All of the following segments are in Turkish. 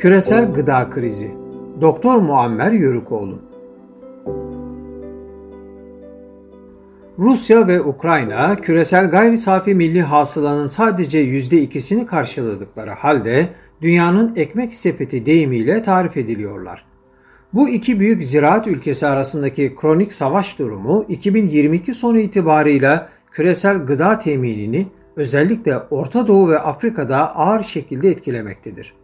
Küresel gıda krizi. Doktor Muammer Yörükoğlu. Rusya ve Ukrayna, küresel gayri safi milli hasılanın sadece %2'sini karşıladıkları halde dünyanın ekmek sepeti deyimiyle tarif ediliyorlar. Bu iki büyük ziraat ülkesi arasındaki kronik savaş durumu 2022 sonu itibarıyla küresel gıda teminini özellikle Orta Doğu ve Afrika'da ağır şekilde etkilemektedir.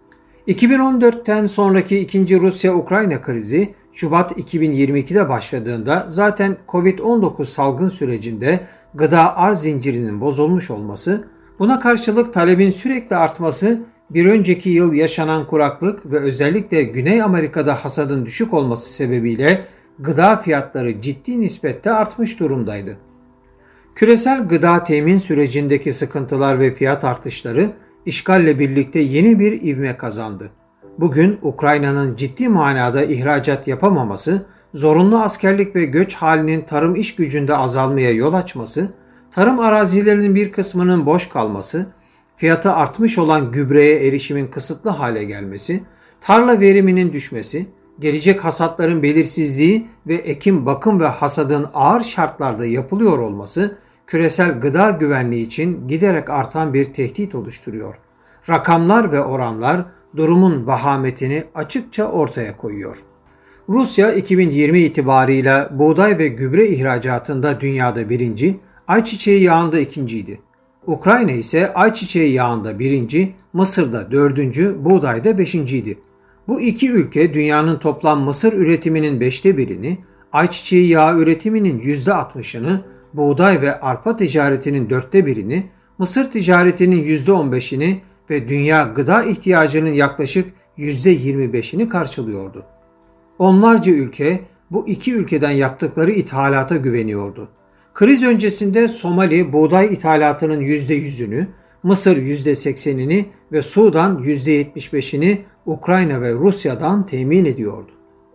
2014'ten sonraki ikinci Rusya-Ukrayna krizi Şubat 2022'de başladığında zaten Covid-19 salgın sürecinde gıda arz zincirinin bozulmuş olması, buna karşılık talebin sürekli artması, bir önceki yıl yaşanan kuraklık ve özellikle Güney Amerika'da hasadın düşük olması sebebiyle gıda fiyatları ciddi nispette artmış durumdaydı. Küresel gıda temin sürecindeki sıkıntılar ve fiyat artışları işgalle birlikte yeni bir ivme kazandı. Bugün Ukrayna'nın ciddi manada ihracat yapamaması, zorunlu askerlik ve göç halinin tarım iş gücünde azalmaya yol açması, tarım arazilerinin bir kısmının boş kalması, fiyatı artmış olan gübreye erişimin kısıtlı hale gelmesi, tarla veriminin düşmesi, gelecek hasatların belirsizliği ve ekim, bakım ve hasadın ağır şartlarda yapılıyor olması, küresel gıda güvenliği için giderek artan bir tehdit oluşturuyor. Rakamlar ve oranlar durumun vahametini açıkça ortaya koyuyor. Rusya 2020 itibarıyla buğday ve gübre ihracatında dünyada birinci, ayçiçeği yağında ikinciydi. Ukrayna ise ayçiçeği yağında birinci, Mısır'da dördüncü, buğdayda beşinciydi. Bu iki ülke dünyanın toplam mısır üretiminin 1/5'ini, ayçiçeği yağı üretiminin %60'ını, buğday ve arpa ticaretinin 1/4'ini, mısır ticaretinin %15'ini ve dünya gıda ihtiyacının yaklaşık %25'ini karşılıyordu. Onlarca ülke bu iki ülkeden yaptıkları ithalata güveniyordu. Kriz öncesinde Somali buğday ithalatının %100'ünü, Mısır %80'ini ve Sudan %75'ini Ukrayna ve Rusya'dan temin ediyordu.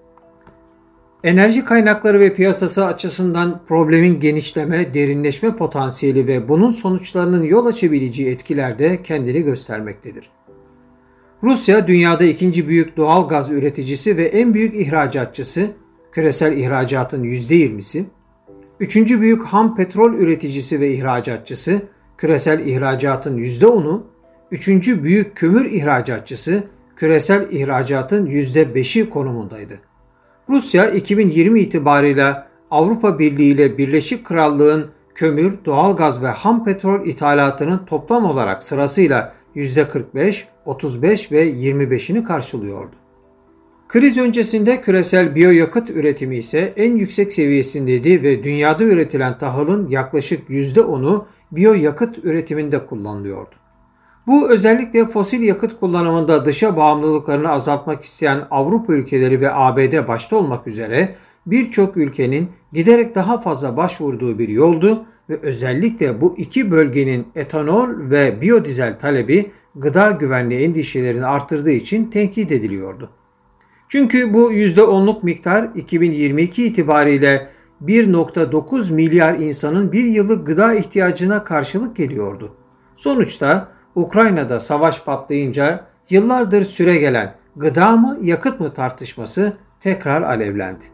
Enerji kaynakları ve piyasası açısından problemin genişleme, derinleşme potansiyeli ve bunun sonuçlarının yol açabileceği etkiler de kendini göstermektedir. Rusya dünyada ikinci büyük doğal gaz üreticisi ve en büyük ihracatçısı, küresel ihracatın %20'si, üçüncü büyük ham petrol üreticisi ve ihracatçısı, küresel ihracatın %10'u, üçüncü büyük kömür ihracatçısı, küresel ihracatın %5'i konumundaydı. Rusya 2020 itibarıyla Avrupa Birliği ile Birleşik Krallık'ın kömür, doğalgaz ve ham petrol ithalatının toplam olarak sırasıyla %45, 35 ve 25'ini karşılıyordu. Kriz öncesinde küresel biyoyakıt üretimi ise en yüksek seviyesindeydi ve dünyada üretilen tahılın yaklaşık %10'u biyoyakıt üretiminde kullanılıyordu. Bu özellikle fosil yakıt kullanımında dışa bağımlılıklarını azaltmak isteyen Avrupa ülkeleri ve ABD başta olmak üzere birçok ülkenin giderek daha fazla başvurduğu bir yoldu ve özellikle bu iki bölgenin etanol ve biyodizel talebi gıda güvenliği endişelerini artırdığı için tenkit ediliyordu. Çünkü bu %10'luk miktar 2022 itibariyle 1,9 milyar insanın bir yıllık gıda ihtiyacına karşılık geliyordu. Sonuçta Ukrayna'da savaş patlayınca yıllardır süregelen gıda mı yakıt mı tartışması tekrar alevlendi.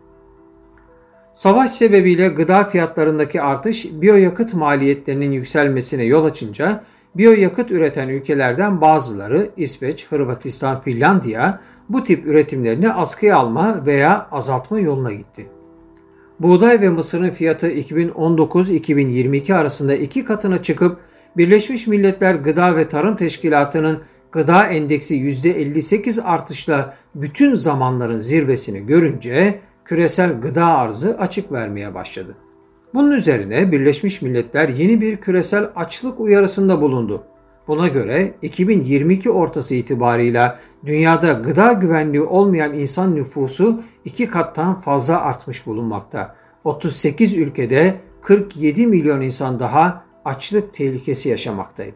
Savaş sebebiyle gıda fiyatlarındaki artış biyoyakıt maliyetlerinin yükselmesine yol açınca biyoyakıt üreten ülkelerden bazıları İsveç, Hırvatistan, Finlandiya bu tip üretimlerini askıya alma veya azaltma yoluna gitti. Buğday ve mısırın fiyatı 2019-2022 arasında 2 katına çıkıp Birleşmiş Milletler Gıda ve Tarım Teşkilatı'nın gıda endeksi %58 artışla bütün zamanların zirvesini görünce küresel gıda arzı açık vermeye başladı. Bunun üzerine Birleşmiş Milletler yeni bir küresel açlık uyarısında bulundu. Buna göre 2022 ortası itibarıyla dünyada gıda güvenliği olmayan insan nüfusu 2 kattan fazla artmış bulunmakta. 38 ülkede 47 milyon insan daha açlık tehlikesi yaşamaktaydı.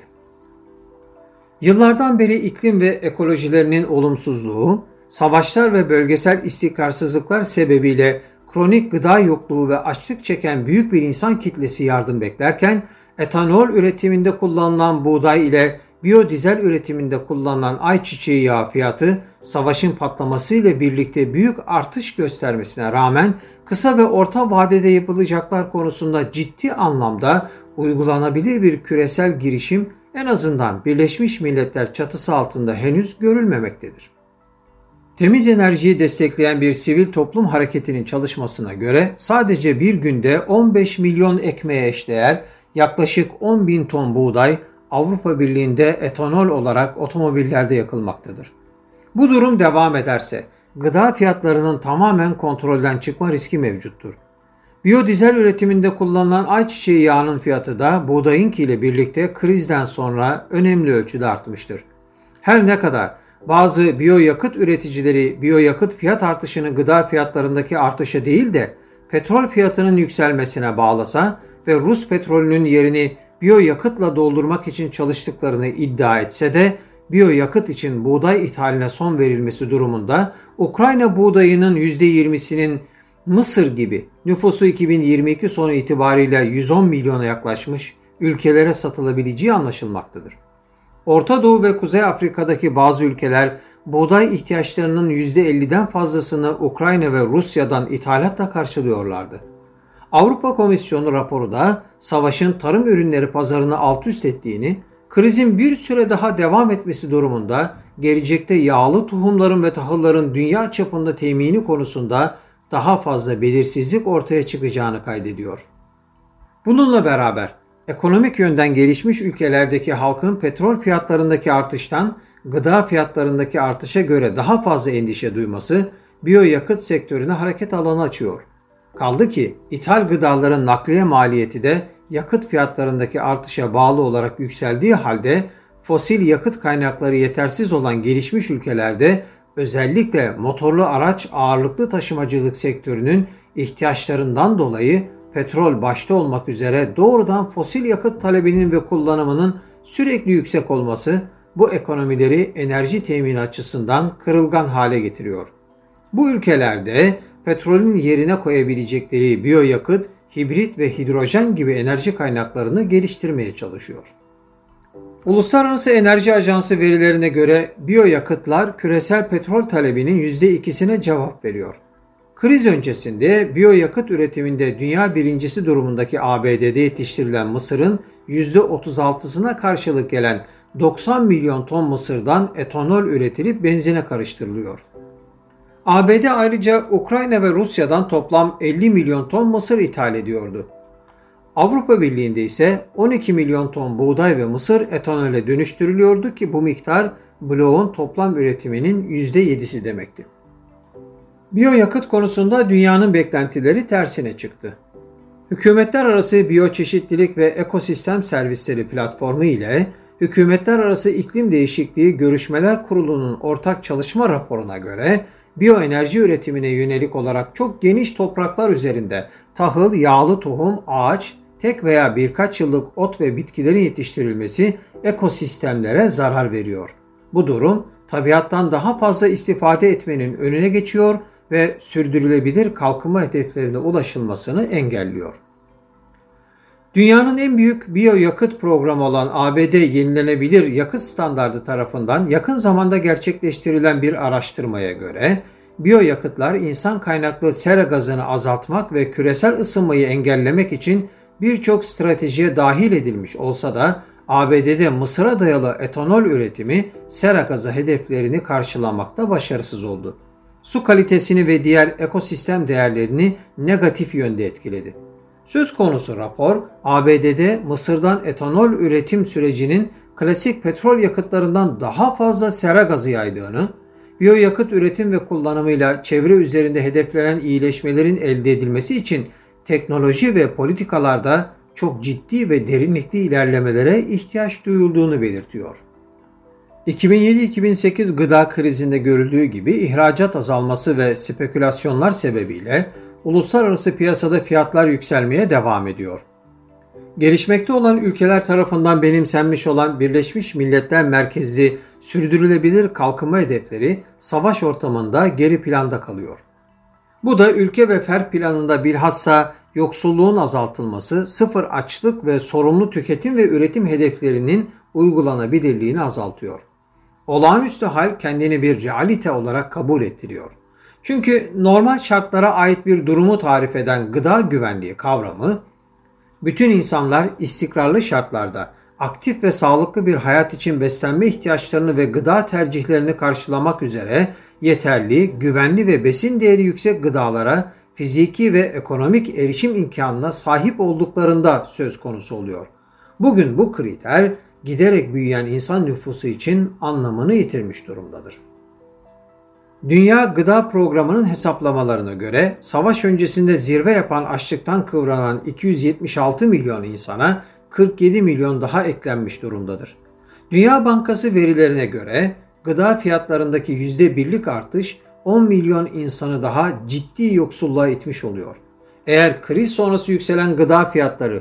Yıllardan beri iklim ve ekolojilerinin olumsuzluğu, savaşlar ve bölgesel istikrarsızlıklar sebebiyle kronik gıda yokluğu ve açlık çeken büyük bir insan kitlesi yardım beklerken, etanol üretiminde kullanılan buğday ile biyodizel üretiminde kullanılan ayçiçeği yağı fiyatı savaşın patlamasıyla birlikte büyük artış göstermesine rağmen kısa ve orta vadede yapılacaklar konusunda ciddi anlamda uygulanabilir bir küresel girişim en azından Birleşmiş Milletler çatısı altında henüz görülmemektedir. Temiz enerjiyi destekleyen bir sivil toplum hareketinin çalışmasına göre sadece bir günde 15 milyon ekmeğe eşdeğer yaklaşık 10 bin ton buğday Avrupa Birliği'nde etanol olarak otomobillerde yakılmaktadır. Bu durum devam ederse gıda fiyatlarının tamamen kontrolden çıkma riski mevcuttur. Biyodizel üretiminde kullanılan ayçiçeği yağının fiyatı da buğdayınkiyle birlikte krizden sonra önemli ölçüde artmıştır. Her ne kadar bazı biyoyakıt üreticileri biyoyakıt fiyat artışını gıda fiyatlarındaki artışa değil de petrol fiyatının yükselmesine bağlasa ve Rus petrolünün yerini biyoyakıtla doldurmak için çalıştıklarını iddia etse de biyoyakıt için buğday ithaline son verilmesi durumunda Ukrayna buğdayının %20'sinin Mısır gibi nüfusu 2022 sonu itibariyle 110 milyona yaklaşmış ülkelere satılabileceği anlaşılmaktadır. Orta Doğu ve Kuzey Afrika'daki bazı ülkeler buğday ihtiyaçlarının %50'den fazlasını Ukrayna ve Rusya'dan ithalatla karşılıyorlardı. Avrupa Komisyonu raporu da savaşın tarım ürünleri pazarını alt üst ettiğini, krizin bir süre daha devam etmesi durumunda gelecekte yağlı tohumların ve tahılların dünya çapında temini konusunda daha fazla belirsizlik ortaya çıkacağını kaydediyor. Bununla beraber ekonomik yönden gelişmiş ülkelerdeki halkın petrol fiyatlarındaki artıştan gıda fiyatlarındaki artışa göre daha fazla endişe duyması biyoyakıt sektörüne hareket alanı açıyor. Kaldı ki ithal gıdaların nakliye maliyeti de yakıt fiyatlarındaki artışa bağlı olarak yükseldiği halde fosil yakıt kaynakları yetersiz olan gelişmiş ülkelerde özellikle motorlu araç ağırlıklı taşımacılık sektörünün ihtiyaçlarından dolayı petrol başta olmak üzere doğrudan fosil yakıt talebinin ve kullanımının sürekli yüksek olması bu ekonomileri enerji temini açısından kırılgan hale getiriyor. Bu ülkelerde petrolün yerine koyabilecekleri biyoyakıt, hibrit ve hidrojen gibi enerji kaynaklarını geliştirmeye çalışıyor. Uluslararası Enerji Ajansı verilerine göre biyoyakıtlar küresel petrol talebinin %2'sine cevap veriyor. Kriz öncesinde biyoyakıt üretiminde dünya birincisi durumundaki ABD'de yetiştirilen mısırın %36'sına karşılık gelen 90 milyon ton mısırdan etanol üretilip benzine karıştırılıyor. ABD ayrıca Ukrayna ve Rusya'dan toplam 50 milyon ton mısır ithal ediyordu. Avrupa Birliği'nde ise 12 milyon ton buğday ve mısır etanole dönüştürülüyordu ki bu miktar bloğun toplam üretiminin %7'si demekti. Biyoyakıt konusunda dünyanın beklentileri tersine çıktı. Hükümetler Arası Biyoçeşitlilik ve Ekosistem Servisleri platformu ile Hükümetler Arası İklim Değişikliği Görüşmeler Kurulu'nun ortak çalışma raporuna göre biyoenerji üretimine yönelik olarak çok geniş topraklar üzerinde tahıl, yağlı tohum, ağaç, tek veya birkaç yıllık ot ve bitkilerin yetiştirilmesi ekosistemlere zarar veriyor. Bu durum tabiattan daha fazla istifade etmenin önüne geçiyor ve sürdürülebilir kalkınma hedeflerine ulaşılmasını engelliyor. Dünyanın en büyük biyoyakıt programı olan ABD Yenilenebilir Yakıt Standardı tarafından yakın zamanda gerçekleştirilen bir araştırmaya göre biyoyakıtlar insan kaynaklı sera gazını azaltmak ve küresel ısınmayı engellemek için birçok stratejiye dahil edilmiş olsa da ABD'de mısıra dayalı etanol üretimi sera gazı hedeflerini karşılamakta başarısız oldu. Su kalitesini ve diğer ekosistem değerlerini negatif yönde etkiledi. Söz konusu rapor, ABD'de Mısır'dan etanol üretim sürecinin klasik petrol yakıtlarından daha fazla sera gazı yaydığını, biyoyakıt üretim ve kullanımıyla çevre üzerinde hedeflenen iyileşmelerin elde edilmesi için teknoloji ve politikalarda çok ciddi ve derinlikli ilerlemelere ihtiyaç duyulduğunu belirtiyor. 2007-2008 gıda krizinde görüldüğü gibi ihracat azalması ve spekülasyonlar sebebiyle uluslararası piyasada fiyatlar yükselmeye devam ediyor. Gelişmekte olan ülkeler tarafından benimsenmiş olan Birleşmiş Milletler merkezli sürdürülebilir kalkınma hedefleri savaş ortamında geri planda kalıyor. Bu da ülke ve fert planında bilhassa yoksulluğun azaltılması, sıfır açlık ve sorumlu tüketim ve üretim hedeflerinin uygulanabilirliğini azaltıyor. Olağanüstü hal kendini bir realite olarak kabul ettiriyor. Çünkü normal şartlara ait bir durumu tarif eden gıda güvenliği kavramı, bütün insanlar istikrarlı şartlarda aktif ve sağlıklı bir hayat için beslenme ihtiyaçlarını ve gıda tercihlerini karşılamak üzere yeterli, güvenli ve besin değeri yüksek gıdalara fiziki ve ekonomik erişim imkanına sahip olduklarında söz konusu oluyor. Bugün bu kriter giderek büyüyen insan nüfusu için anlamını yitirmiş durumdadır. Dünya Gıda Programı'nın hesaplamalarına göre savaş öncesinde zirve yapan açlıktan kıvranan 276 milyon insana 47 milyon daha eklenmiş durumdadır. Dünya Bankası verilerine göre gıda fiyatlarındaki %1'lik artış 10 milyon insanı daha ciddi yoksulluğa itmiş oluyor. Eğer kriz sonrası yükselen gıda fiyatları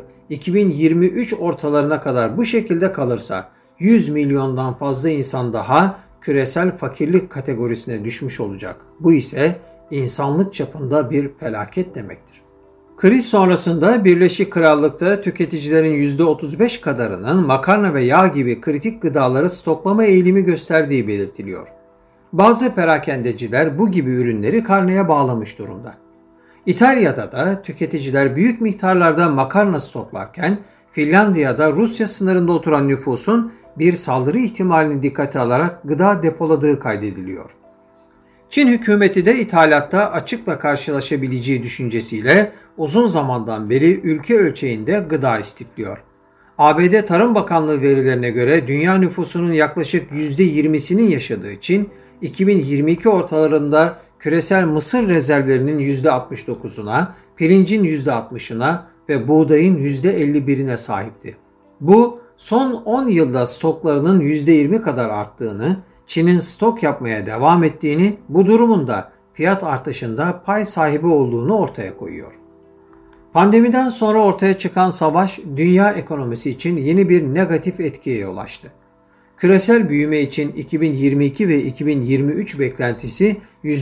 2023 ortalarına kadar bu şekilde kalırsa 100 milyondan fazla insan daha küresel fakirlik kategorisine düşmüş olacak. Bu ise insanlık çapında bir felaket demektir. Kriz sonrasında Birleşik Krallık'ta tüketicilerin %35 kadarının makarna ve yağ gibi kritik gıdaları stoklama eğilimi gösterdiği belirtiliyor. Bazı perakendeciler bu gibi ürünleri karneye bağlamış durumda. İtalya'da da tüketiciler büyük miktarlarda makarna stoklarken Finlandiya'da Rusya sınırında oturan nüfusun bir saldırı ihtimalini dikkate alarak gıda depoladığı kaydediliyor. Çin hükümeti de ithalatta açıkla karşılaşabileceği düşüncesiyle uzun zamandan beri ülke ölçeğinde gıda istifliyor. ABD Tarım Bakanlığı verilerine göre dünya nüfusunun yaklaşık %20'sinin yaşadığı Çin, 2022 ortalarında küresel mısır rezervlerinin %69'una, pirincin %60'ına ve buğdayın %51'ine sahipti. Bu son 10 yılda stoklarının %20 kadar arttığını, Çin'in stok yapmaya devam ettiğini, bu durumun da fiyat artışında pay sahibi olduğunu ortaya koyuyor. Pandemiden sonra ortaya çıkan savaş dünya ekonomisi için yeni bir negatif etkiye yol açtı. Küresel büyüme için 2022 ve 2023 beklentisi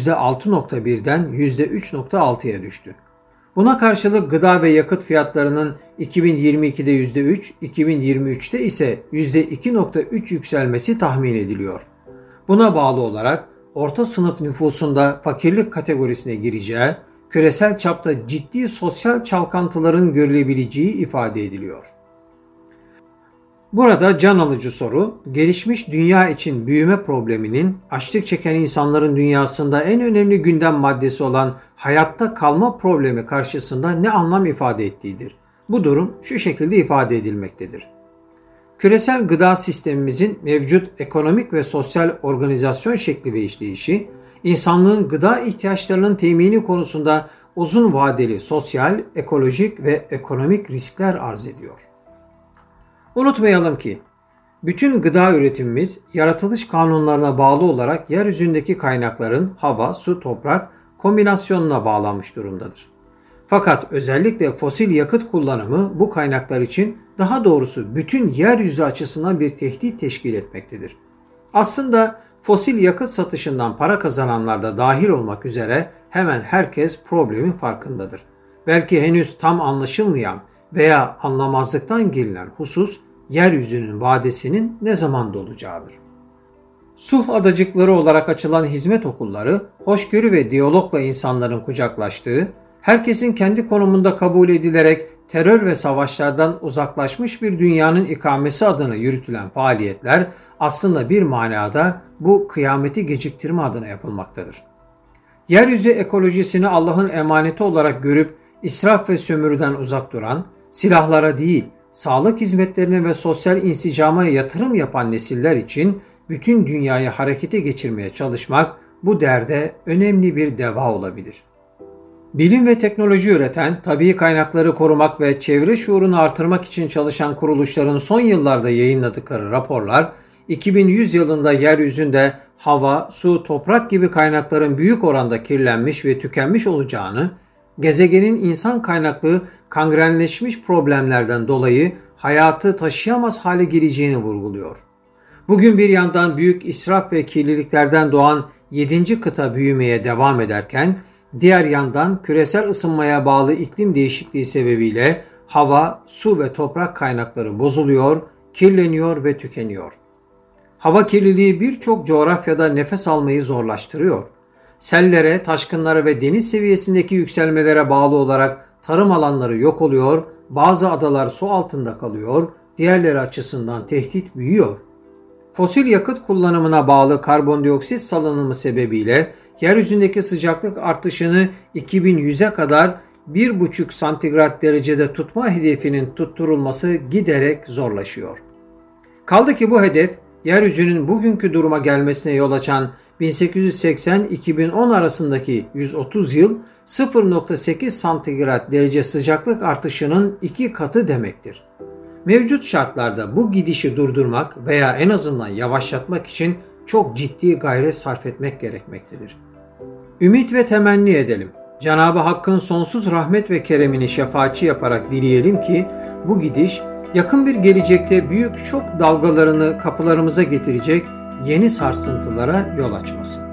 %6.1'den %3.6'ya düştü. Buna karşılık gıda ve yakıt fiyatlarının 2022'de %3, 2023'te ise %2.3 yükselmesi tahmin ediliyor. Buna bağlı olarak orta sınıf nüfusunda fakirlik kategorisine gireceği, küresel çapta ciddi sosyal çalkantıların görülebileceği ifade ediliyor. Burada can alıcı soru, gelişmiş dünya için büyüme probleminin açlık çeken insanların dünyasında en önemli gündem maddesi olan hayatta kalma problemi karşısında ne anlam ifade ettiğidir. Bu durum şu şekilde ifade edilmektedir. Küresel gıda sistemimizin mevcut ekonomik ve sosyal organizasyon şekli ve işleyişi, insanlığın gıda ihtiyaçlarının temini konusunda uzun vadeli sosyal, ekolojik ve ekonomik riskler arz ediyor. Unutmayalım ki, bütün gıda üretimimiz yaratılış kanunlarına bağlı olarak yeryüzündeki kaynakların hava, su, toprak kombinasyonuna bağlanmış durumdadır. Fakat özellikle fosil yakıt kullanımı bu kaynaklar için, daha doğrusu bütün yeryüzü açısından bir tehdit teşkil etmektedir. Aslında fosil yakıt satışından para kazananlar da dahil olmak üzere hemen herkes problemin farkındadır. Belki henüz tam anlaşılmayan veya anlamazlıktan gelinen husus yeryüzünün vadesinin ne zaman dolacağıdır. Sulh adacıkları olarak açılan hizmet okulları, hoşgörü ve diyalogla insanların kucaklaştığı, herkesin kendi konumunda kabul edilerek terör ve savaşlardan uzaklaşmış bir dünyanın ikamesi adına yürütülen faaliyetler aslında bir manada bu kıyameti geciktirme adına yapılmaktadır. Yeryüzü ekolojisini Allah'ın emaneti olarak görüp israf ve sömürüden uzak duran, silahlara değil, sağlık hizmetlerine ve sosyal insicama yatırım yapan nesiller için bütün dünyayı harekete geçirmeye çalışmak bu derde önemli bir deva olabilir. Bilim ve teknoloji üreten, tabii kaynakları korumak ve çevre şuurunu artırmak için çalışan kuruluşların son yıllarda yayınladıkları raporlar, 2100 yılında yeryüzünde hava, su, toprak gibi kaynakların büyük oranda kirlenmiş ve tükenmiş olacağını, gezegenin insan kaynaklı kangrenleşmiş problemlerden dolayı hayatı taşıyamaz hale geleceğini vurguluyor. Bugün bir yandan büyük israf ve kirliliklerden doğan 7. kıta büyümeye devam ederken, diğer yandan küresel ısınmaya bağlı iklim değişikliği sebebiyle hava, su ve toprak kaynakları bozuluyor, kirleniyor ve tükeniyor. Hava kirliliği birçok coğrafyada nefes almayı zorlaştırıyor. Sellere, taşkınlara ve deniz seviyesindeki yükselmelere bağlı olarak tarım alanları yok oluyor, bazı adalar su altında kalıyor, diğerleri açısından tehdit büyüyor. Fosil yakıt kullanımına bağlı karbondioksit salınımı sebebiyle yeryüzündeki sıcaklık artışını 2100'e kadar 1,5 santigrat derecede tutma hedefinin tutturulması giderek zorlaşıyor. Kaldı ki bu hedef, yeryüzünün bugünkü duruma gelmesine yol açan 1880-2010 arasındaki 130 yıl 0,8 santigrat derece sıcaklık artışının 2 katı demektir. Mevcut şartlarda bu gidişi durdurmak veya en azından yavaşlatmak için çok ciddi gayret sarf etmek gerekmektedir. Ümit ve temenni edelim. Cenab-ı Hakk'ın sonsuz rahmet ve keremini şefaatçi yaparak dileyelim ki bu gidiş yakın bir gelecekte büyük şok dalgalarını kapılarımıza getirecek yeni sarsıntılara yol açmasın.